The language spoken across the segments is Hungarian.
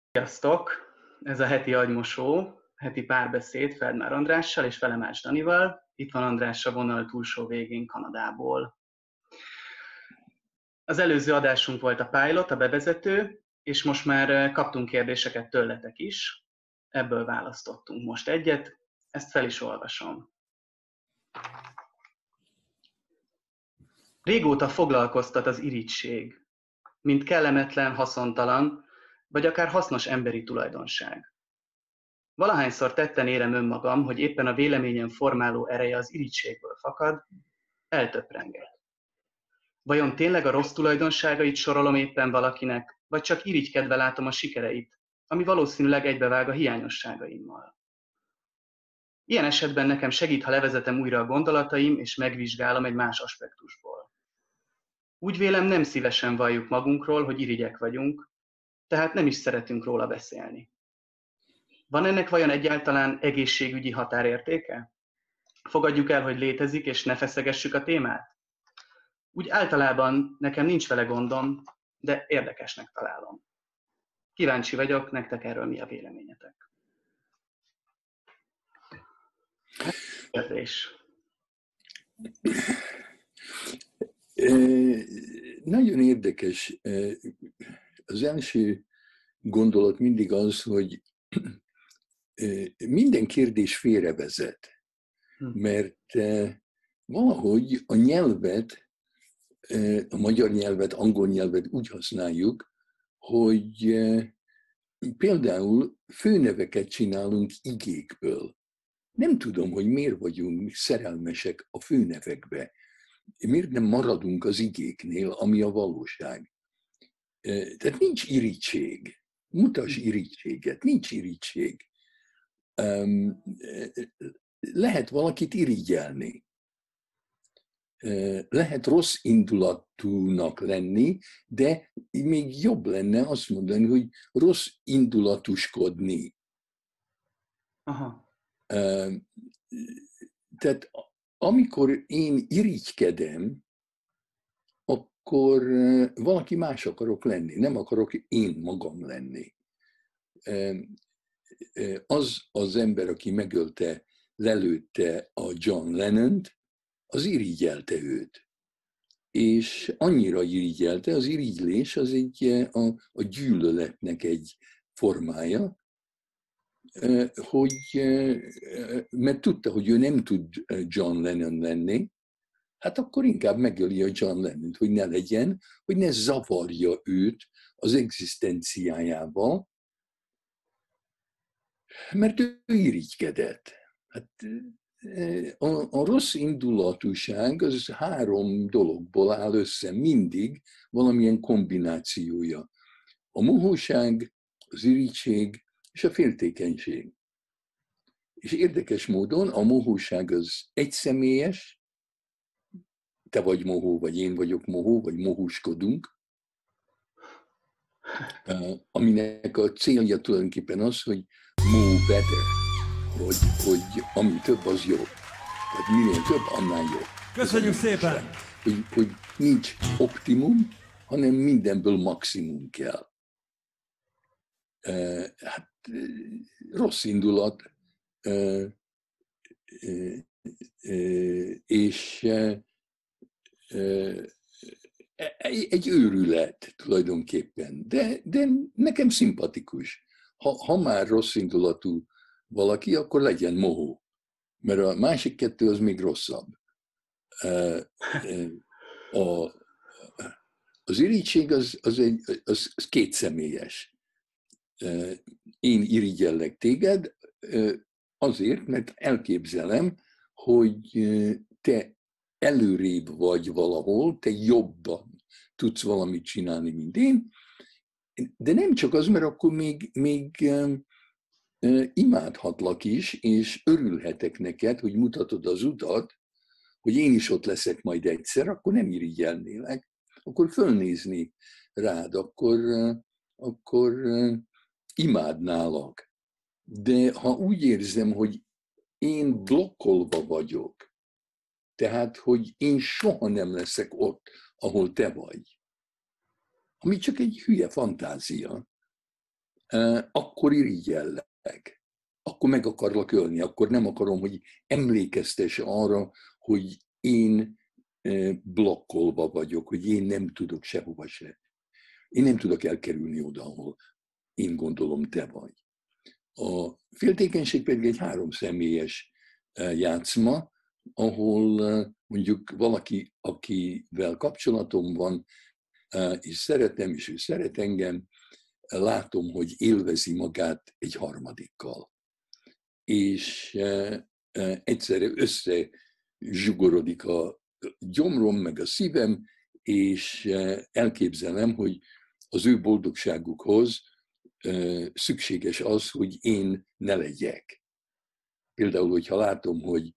Sziasztok! Ez a heti agymosó, heti párbeszéd Ferdinand Andrással és velem Ács Danival. Itt van András a vonal túlsó végén Kanadából. Az előző adásunk volt a pilot, a bevezető, és most már kaptunk kérdéseket tőletek is. Ebből választottunk most egyet, ezt fel is olvasom. Régóta foglalkoztat az irigység, mint kellemetlen, haszontalan, vagy akár hasznos emberi tulajdonság. Valahányszor tetten érem önmagam, hogy éppen a véleményem formáló ereje az irigységből fakad, eltöprenget. Vajon tényleg a rossz tulajdonságait sorolom éppen valakinek, vagy csak irigykedve látom a sikereit, ami valószínűleg egybevág a hiányosságaimmal? Ilyen esetben nekem segít, ha levezetem újra a gondolataim, és megvizsgálom egy más aspektusból. Úgy vélem, nem szívesen valljuk magunkról, hogy irigyek vagyunk, tehát nem is szeretünk róla beszélni. Van ennek vajon egyáltalán egészségügyi határértéke? Fogadjuk el, hogy létezik, és ne feszegessük a témát? Úgy általában nekem nincs vele gondom, de érdekesnek találom. Kíváncsi vagyok, nektek erről mi a véleményetek? Kérdés. Nagyon érdekes. Az első gondolat mindig az, hogy minden kérdés félrevezet, mert valahogy a nyelvet, a magyar nyelvet, angol nyelvet úgy használjuk, hogy például főneveket csinálunk igékből. Nem tudom, hogy miért vagyunk szerelmesek a főnevekbe. Miért nem maradunk az igéknél, ami a valóság? Tehát nincs irigység. Mutass irigységet. Nincs irigység. Lehet valakit irigyelni. Lehet rossz indulatúnak lenni, de még jobb lenne azt mondani, hogy rossz indulatuskodni. Aha. Tehát amikor én irigykedem, akkor valaki más akarok lenni, nem akarok én magam lenni. Az ember, aki megölte, lelőtte a John Lennont, az irigyelte őt. És annyira irigyelte, az irigylés az a gyűlöletnek egy formája, mert tudta, hogy ő nem tud John Lennon lenni, hát akkor inkább megöli a John Lennont, hogy ne legyen, hogy ne zavarja őt az egzisztenciájával, mert ő irigykedett. Hát a rossz indulatúság az 3 dologból áll össze, mindig valamilyen kombinációja. A mohóság, az irigység és a féltékenység. És érdekes módon a mohóság az egyszemélyes, te vagy mohó, vagy én vagyok mohó, vagy mohóskodunk, aminek a célja tulajdonképpen az, hogy more better, hogy ami több, az jobb. Tehát minél több, annál jobb. Köszönjük szépen! Hogy nincs optimum, hanem mindenből maximum kell. Hát rossz indulat, és egy őrület tulajdonképpen, de nekem szimpatikus. Ha már rossz indulatú valaki, akkor legyen mohó, mert a másik 2 az még rosszabb. Az irigység az kétszemélyes. Én irigyellek téged azért, mert elképzelem, hogy te előrébb vagy valahol, te jobban tudsz valamit csinálni, mint én, de nem csak az, mert akkor még imádhatlak is, és örülhetek neked, hogy mutatod az utat, hogy én is ott leszek majd egyszer, akkor nem irigyelnélek, akkor fölnézni rád, akkor imádnálak. De ha úgy érzem, hogy én blokkolva vagyok, tehát, hogy én soha nem leszek ott, ahol te vagy, ami csak egy hülye fantázia, akkor irigyellek. Akkor meg akarlak ölni, akkor nem akarom, hogy emlékeztesse arra, hogy én blokkolva vagyok, hogy én nem tudok sehova se. Én nem tudok elkerülni oda, ahol én gondolom te vagy. A féltékenység pedig egy 3 személyes játszma, ahol mondjuk valaki, akivel kapcsolatom van, és szeretem, és ő szeret engem, látom, hogy élvezi magát egy harmadikkal. És egyszerre összezsugorodik a gyomrom, meg a szívem, és elképzelem, hogy az ő boldogságukhoz szükséges az, hogy én ne legyek. Például, hogyha látom, hogy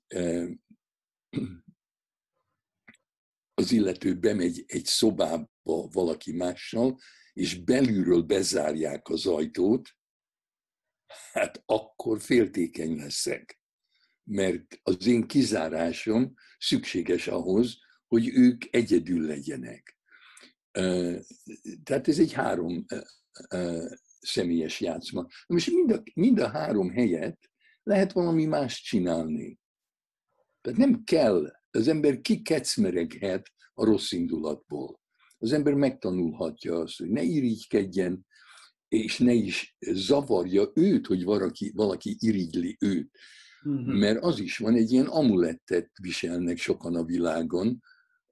az illető bemegy egy szobába valaki mással, és belülről bezárják az ajtót, hát akkor féltékeny leszek. Mert az én kizárásom szükséges ahhoz, hogy ők egyedül legyenek. Tehát ez egy 3 személyes játszma. Most mind a 3 helyet lehet valami más csinálni. Tehát nem kell, az ember kikecmereghet a rossz indulatból. Az ember megtanulhatja azt, hogy ne irigykedjen, és ne is zavarja őt, hogy valaki irigyli őt. Mert az is van, egy ilyen amulettet viselnek sokan a világon,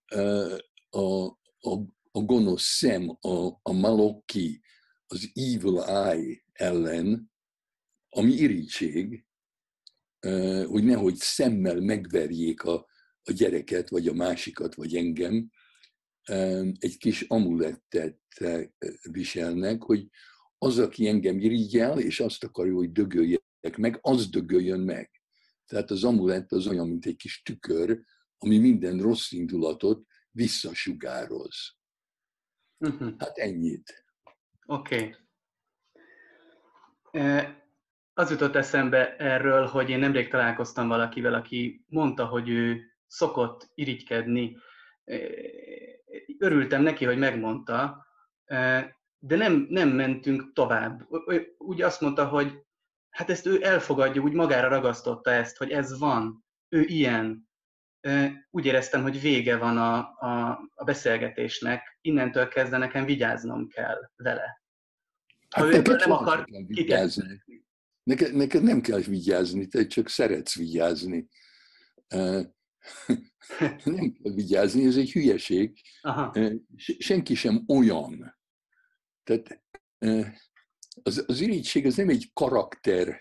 a gonosz szem, a malokki, az evil eye ellen, ami irigység, hogy nehogy szemmel megverjék a gyereket, vagy a másikat, vagy engem, egy kis amulettet viselnek, hogy az, aki engem irigyel, és azt akarja, hogy dögöljek meg, az dögöljön meg. Tehát az amulett az olyan, mint egy kis tükör, ami minden rossz indulatot visszasugároz. Hát ennyit. Oké. Az jutott eszembe erről, hogy én nemrég találkoztam valakivel, aki mondta, hogy ő szokott irigykedni. Örültem neki, hogy megmondta, de nem mentünk tovább. Úgy azt mondta, hogy hát ezt ő elfogadja, úgy magára ragasztotta ezt, hogy ez van, ő ilyen. Úgy éreztem, hogy vége van a beszélgetésnek, innentől kezdve nekem vigyáznom kell vele. Ha Hát ő ebből neked nem akar kell vigyázni. Neked nem kell vigyázni, te csak szeretsz vigyázni. Nem kell vigyázni, ez egy hülyeség. Aha. Senki sem olyan. Tehát az irigység az nem egy karakter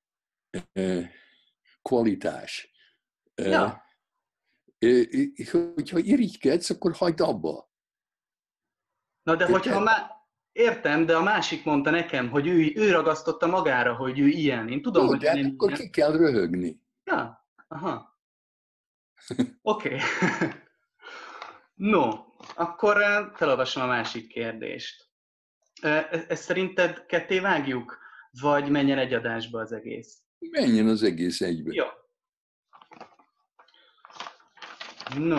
kvalitás. Ja. Hogyha irigykedsz, akkor hagyd abba. Na de hogyha már értem, de a másik mondta nekem, hogy ő ragasztotta magára, hogy ő ilyen. Én tudom, hogy de nem akkor ilyen. ki kell röhögni. Ja, aha. Oké. No, akkor felolvasom a másik kérdést. Ezt szerinted ketté vágjuk, vagy menjen egy adásba az egész? Menjen az egész egybe. Jó. No.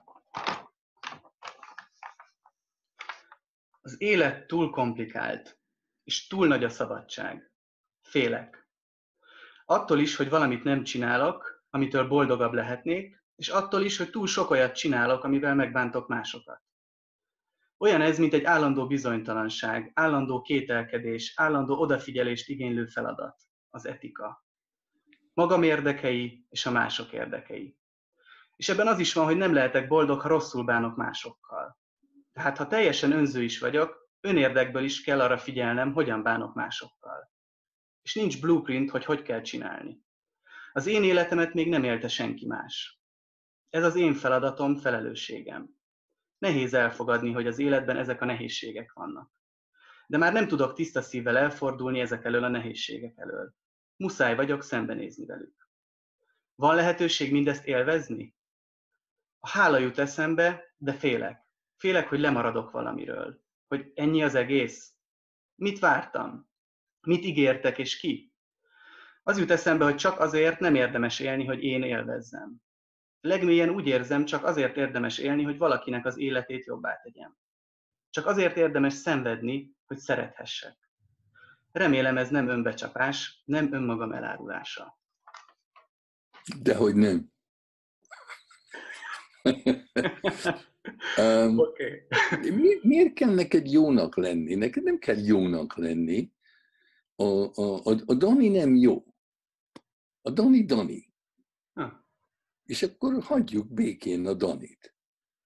Az élet túl komplikált, és túl nagy a szabadság. Félek. Attól is, hogy valamit nem csinálok, amitől boldogabb lehetnék, és attól is, hogy túl sok olyat csinálok, amivel megbántok másokat. Olyan ez, mint egy állandó bizonytalanság, állandó kételkedés, állandó odafigyelést igénylő feladat, az etika. Magam érdekei és a mások érdekei. És ebben az is van, hogy nem lehetek boldog, ha rosszul bánok másokkal. Tehát ha teljesen önző is vagyok, önérdekből is kell arra figyelnem, hogyan bánok másokkal. És nincs blueprint, hogy kell csinálni. Az én életemet még nem élte senki más. Ez az én feladatom, felelősségem. Nehéz elfogadni, hogy az életben ezek a nehézségek vannak. De már nem tudok tiszta szívvel elfordulni ezek elől a nehézségek elől. Muszáj vagyok szembenézni velük. Van lehetőség mindezt élvezni? A hála jut eszembe, de félek. Félek, hogy lemaradok valamiről. Hogy ennyi az egész? Mit vártam? Mit ígértek és ki? Az jut eszembe, hogy csak azért nem érdemes élni, hogy én élvezzem. Legmélyen úgy érzem, csak azért érdemes élni, hogy valakinek az életét jobbá tegyem. Csak azért érdemes szenvedni, hogy szerethessek. Remélem ez nem önbecsapás, nem önmagam elárulása. Dehogy nem. Oké. Miért kell neked jónak lenni? Neked nem kell jónak lenni. A Dani nem jó. A Dani Dani. És akkor hagyjuk békén a Danit.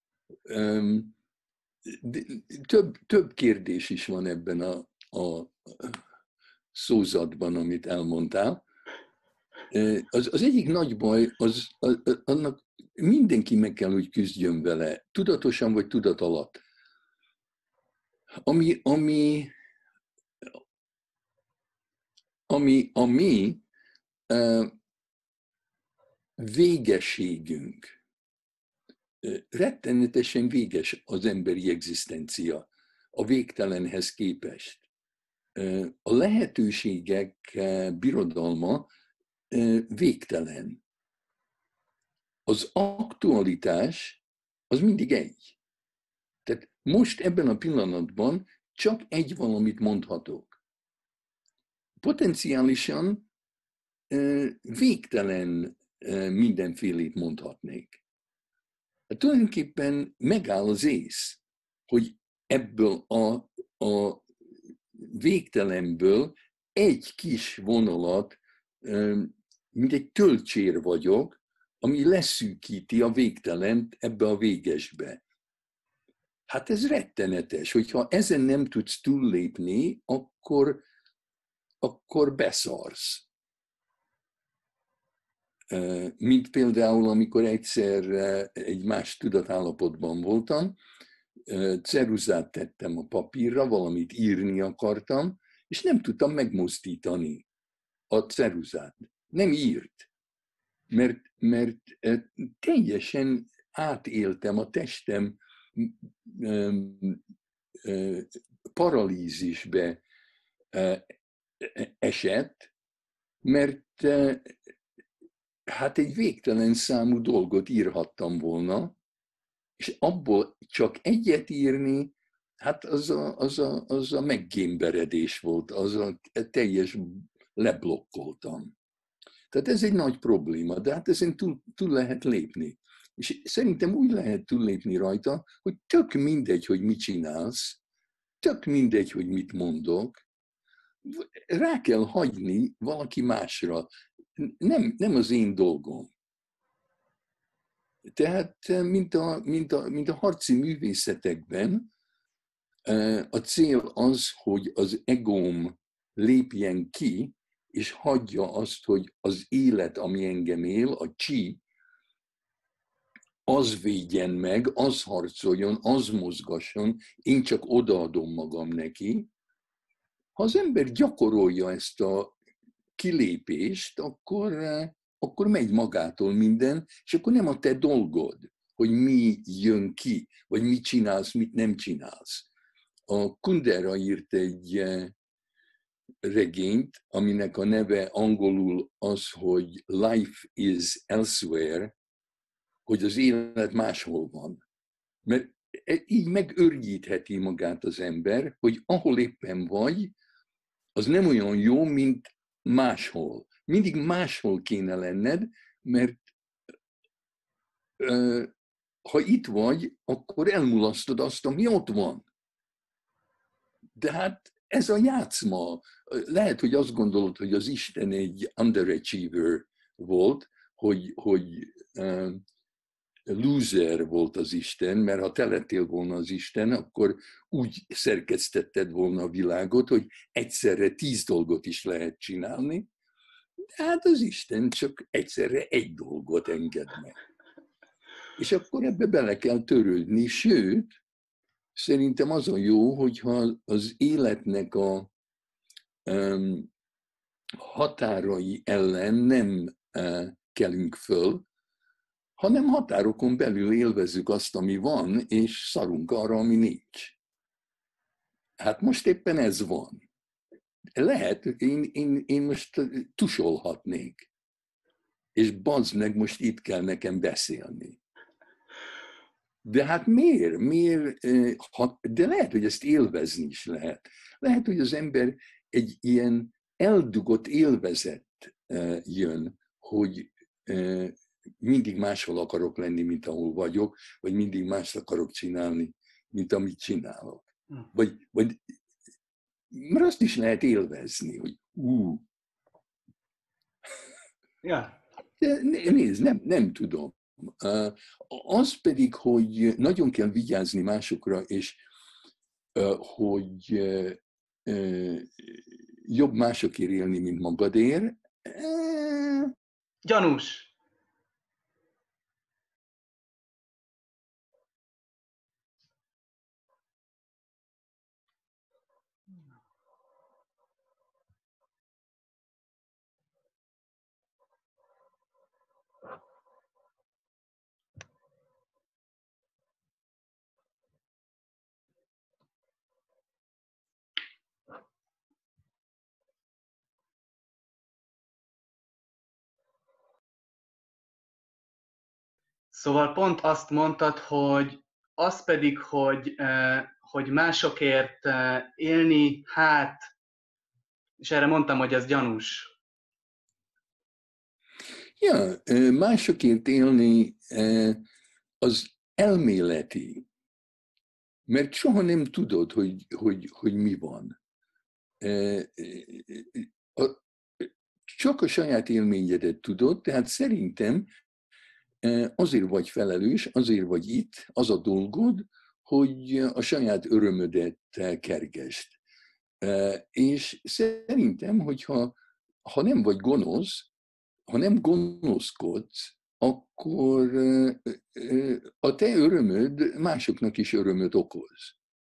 Több kérdés is van ebben a szózatban, amit elmondtál. Az egyik nagy baj, annak mindenki meg kell, hogy küzdjön vele, tudatosan vagy tudat alatt. Ami a mi végességünk. Rettenetesen véges az emberi egzisztencia a végtelenhez képest. A lehetőségek birodalma végtelen. Az aktualitás az mindig egy. Tehát most ebben a pillanatban csak egy valamit mondhatok. Potenciálisan végtelen mindenfélét mondhatnék. Hát tulajdonképpen megáll az ész, hogy ebből a végtelenből egy kis vonalat, mint egy töltsér vagyok, ami leszűkíti a végtelent ebbe a végesbe. Hát ez rettenetes, hogyha ezen nem tudsz túllépni, akkor beszarsz. Mint például, amikor egyszer egy más tudatállapotban voltam, ceruzát tettem a papírra, valamit írni akartam, és nem tudtam megmozdítani a ceruzát. Nem írt, mert teljesen átéltem, a testem paralízisbe esett, mert hát egy végtelen számú dolgot írhattam volna, és abból csak egyet írni, hát az a meggémberedés volt, az a teljes leblokkoltam. Tehát ez egy nagy probléma, de hát ezen túl lehet lépni. És szerintem úgy lehet túllépni rajta, hogy tök mindegy, hogy mit csinálsz, tök mindegy, hogy mit mondok, rá kell hagyni valaki másra. Nem az én dolgom. Tehát, mint a harci művészetekben, a cél az, hogy az egóm lépjen ki, és hagyja azt, hogy az élet, ami engem él, a chi, az védjen meg, az harcoljon, az mozgasson, én csak odaadom magam neki. Ha az ember gyakorolja ezt a kilépést, akkor megy magától minden, és akkor nem a te dolgod, hogy mi jön ki, vagy mit csinálsz, mit nem csinálsz. A Kundera írt egy regényt, aminek a neve angolul az, hogy Life is Elsewhere, hogy az élet máshol van. Mert így megörgyítheti magát az ember, hogy ahol éppen vagy, az nem olyan jó, mint máshol. Mindig máshol kéne lenned, mert ha itt vagy, akkor elmulasztod azt, ami ott van. De hát ez a játszma. Lehet, hogy azt gondolod, hogy az Isten egy underachiever volt, hogy loser volt az Isten, mert ha te lettél volna az Isten, akkor úgy szerkesztetted volna a világot, hogy egyszerre 10 dolgot is lehet csinálni, de hát az Isten csak egyszerre egy dolgot enged meg. És akkor ebbe bele kell törődni, sőt, szerintem az a jó, hogyha az életnek a határai ellen nem kelünk föl, hanem határokon belül élvezzük azt, ami van, és szarunk arra, ami nincs. Hát most éppen ez van. Lehet, én most tusolhatnék, és bazd meg, most itt kell nekem beszélni. De hát miért? De lehet, hogy ezt élvezni is lehet. Lehet, hogy az ember egy ilyen eldugott élvezet jön, hogy mindig máshol akarok lenni, mint ahol vagyok, vagy mindig mást akarok csinálni, mint amit csinálok. Vagy mert azt is lehet élvezni, hogy Ja. Nézd, nem tudom. Az pedig, hogy nagyon kell vigyázni másokra, és hogy jobb másokért élni, mint magadért. Gyanús. Szóval pont azt mondtad, hogy az pedig, hogy másokért élni, hát, és erre mondtam, hogy ez gyanús. Ja, másokért élni az elméleti, mert soha nem tudod, hogy mi van. Csak a saját élményedet tudod, tehát szerintem azért vagy felelős, azért vagy itt, az a dolgod, hogy a saját örömödet kergesd. És szerintem, hogyha nem vagy gonosz, ha nem gonoszkodsz, akkor a te örömöd másoknak is örömöt okoz.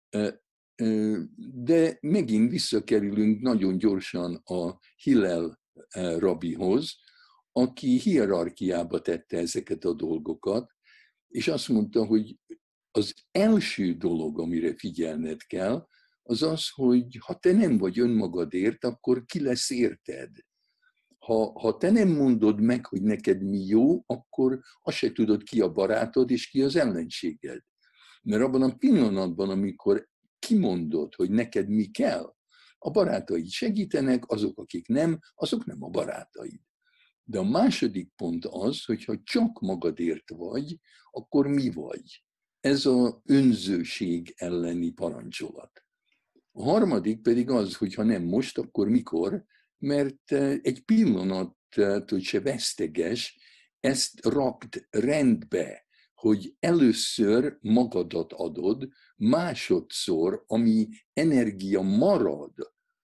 De megint visszakerülünk nagyon gyorsan a Hillel rabbihoz, aki hierarchiába tette ezeket a dolgokat, és azt mondta, hogy az első dolog, amire figyelned kell, az az, hogy ha te nem vagy önmagadért, akkor ki lesz érted. Ha te nem mondod meg, hogy neked mi jó, akkor azt se tudod, ki a barátod és ki az ellenséged. Mert abban a pillanatban, amikor kimondod, hogy neked mi kell, a barátaid segítenek, azok, akik nem, azok nem a barátaid. De a második pont az, hogy ha csak magadért vagy, akkor mi vagy? Ez az önzőség elleni parancsolat. A harmadik pedig az, hogy ha nem most, akkor mikor, mert egy pillanatot se veszteges, ezt rakd rendbe, hogy először magadat adod, másodszor, ami energia marad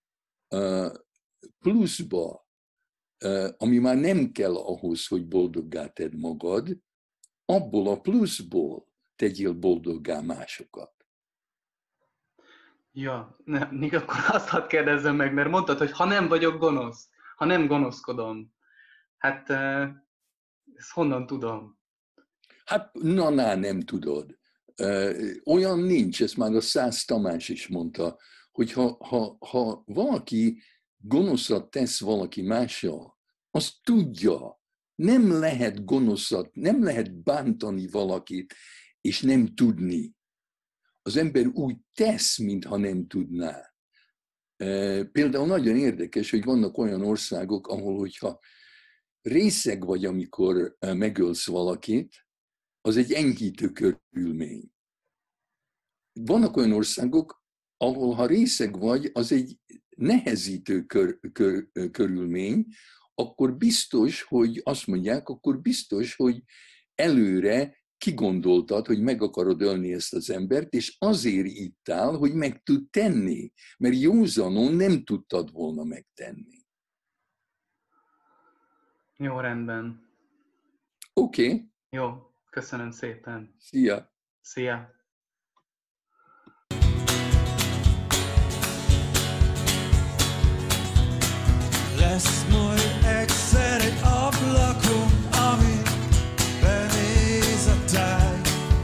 pluszba, ami már nem kell ahhoz, hogy boldoggá tedd magad, abból a pluszból tegyél boldoggá másokat. Ja, még akkor azt hadd kérdezzem meg, mert mondtad, hogy ha nem vagyok gonosz, ha nem gonoszkodom, hát ezt honnan tudom? Hát nem tudod. Olyan nincs, ezt már a Szász Tamás is mondta, hogy ha valaki gonoszat tesz valaki mással, azt tudja, nem lehet gonoszat, nem lehet bántani valakit, és nem tudni. Az ember úgy tesz, mintha nem tudná. Például nagyon érdekes, hogy vannak olyan országok, ahol, hogyha részeg vagy, amikor megölsz valakit, az egy enyhítő körülmény. Vannak olyan országok, ahol ha részeg vagy, az egy nehezítő körülmény, akkor biztos, hogy azt mondják, akkor biztos, hogy előre kigondoltad, hogy meg akarod ölni ezt az embert, és azért ittál, hogy meg tud tenni, mert józanon nem tudtad volna megtenni. Jó, rendben. Oké. Jó, köszönöm szépen. Szia. Szia. Lesz majd egyszer egy ablakom, ami benéz a táj.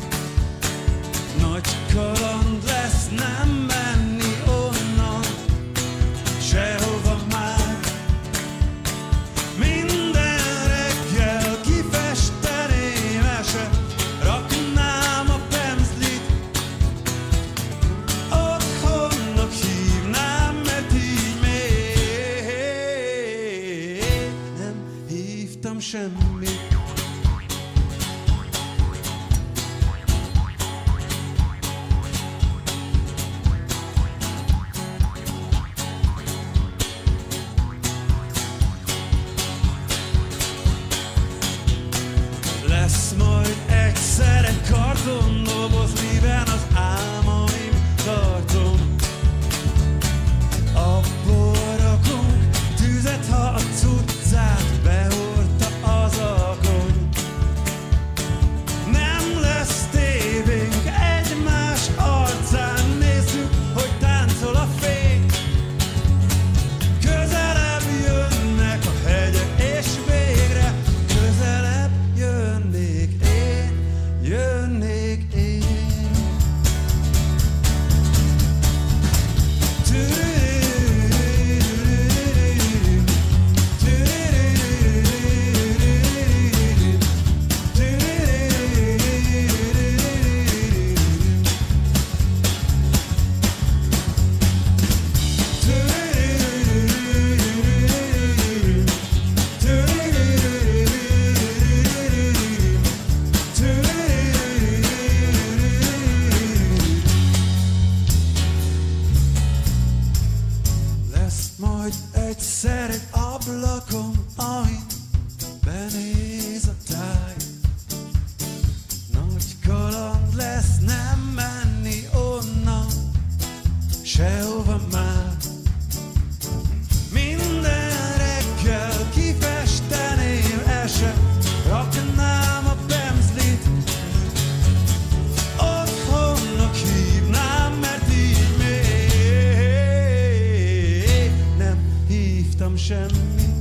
Nagy kaland lesz, nem menni onnan, sehova már. Minden reggel kifesteném eset, raknám a penzli semmi. Lesz majd egyszer egy kartondoboz, miben az álmaim tartom. Abból rakunk tüzet, ha a cuccát behordta az alkony. Nem lesz tévénk, egymás arcán nézzük, hogy táncol a fény. Közelebb jönnek a hegyek, és végre közelebb jönnék én, jönnék én. Lesz majd egyszer egy ablakom, amin benéz a táj. Nagy kaland lesz, nem menni onnan sehova már. Minden reggel kifesteném eset, raknám a pemzlit, otthonnak hívnám, mert így még nem hívtam semmit.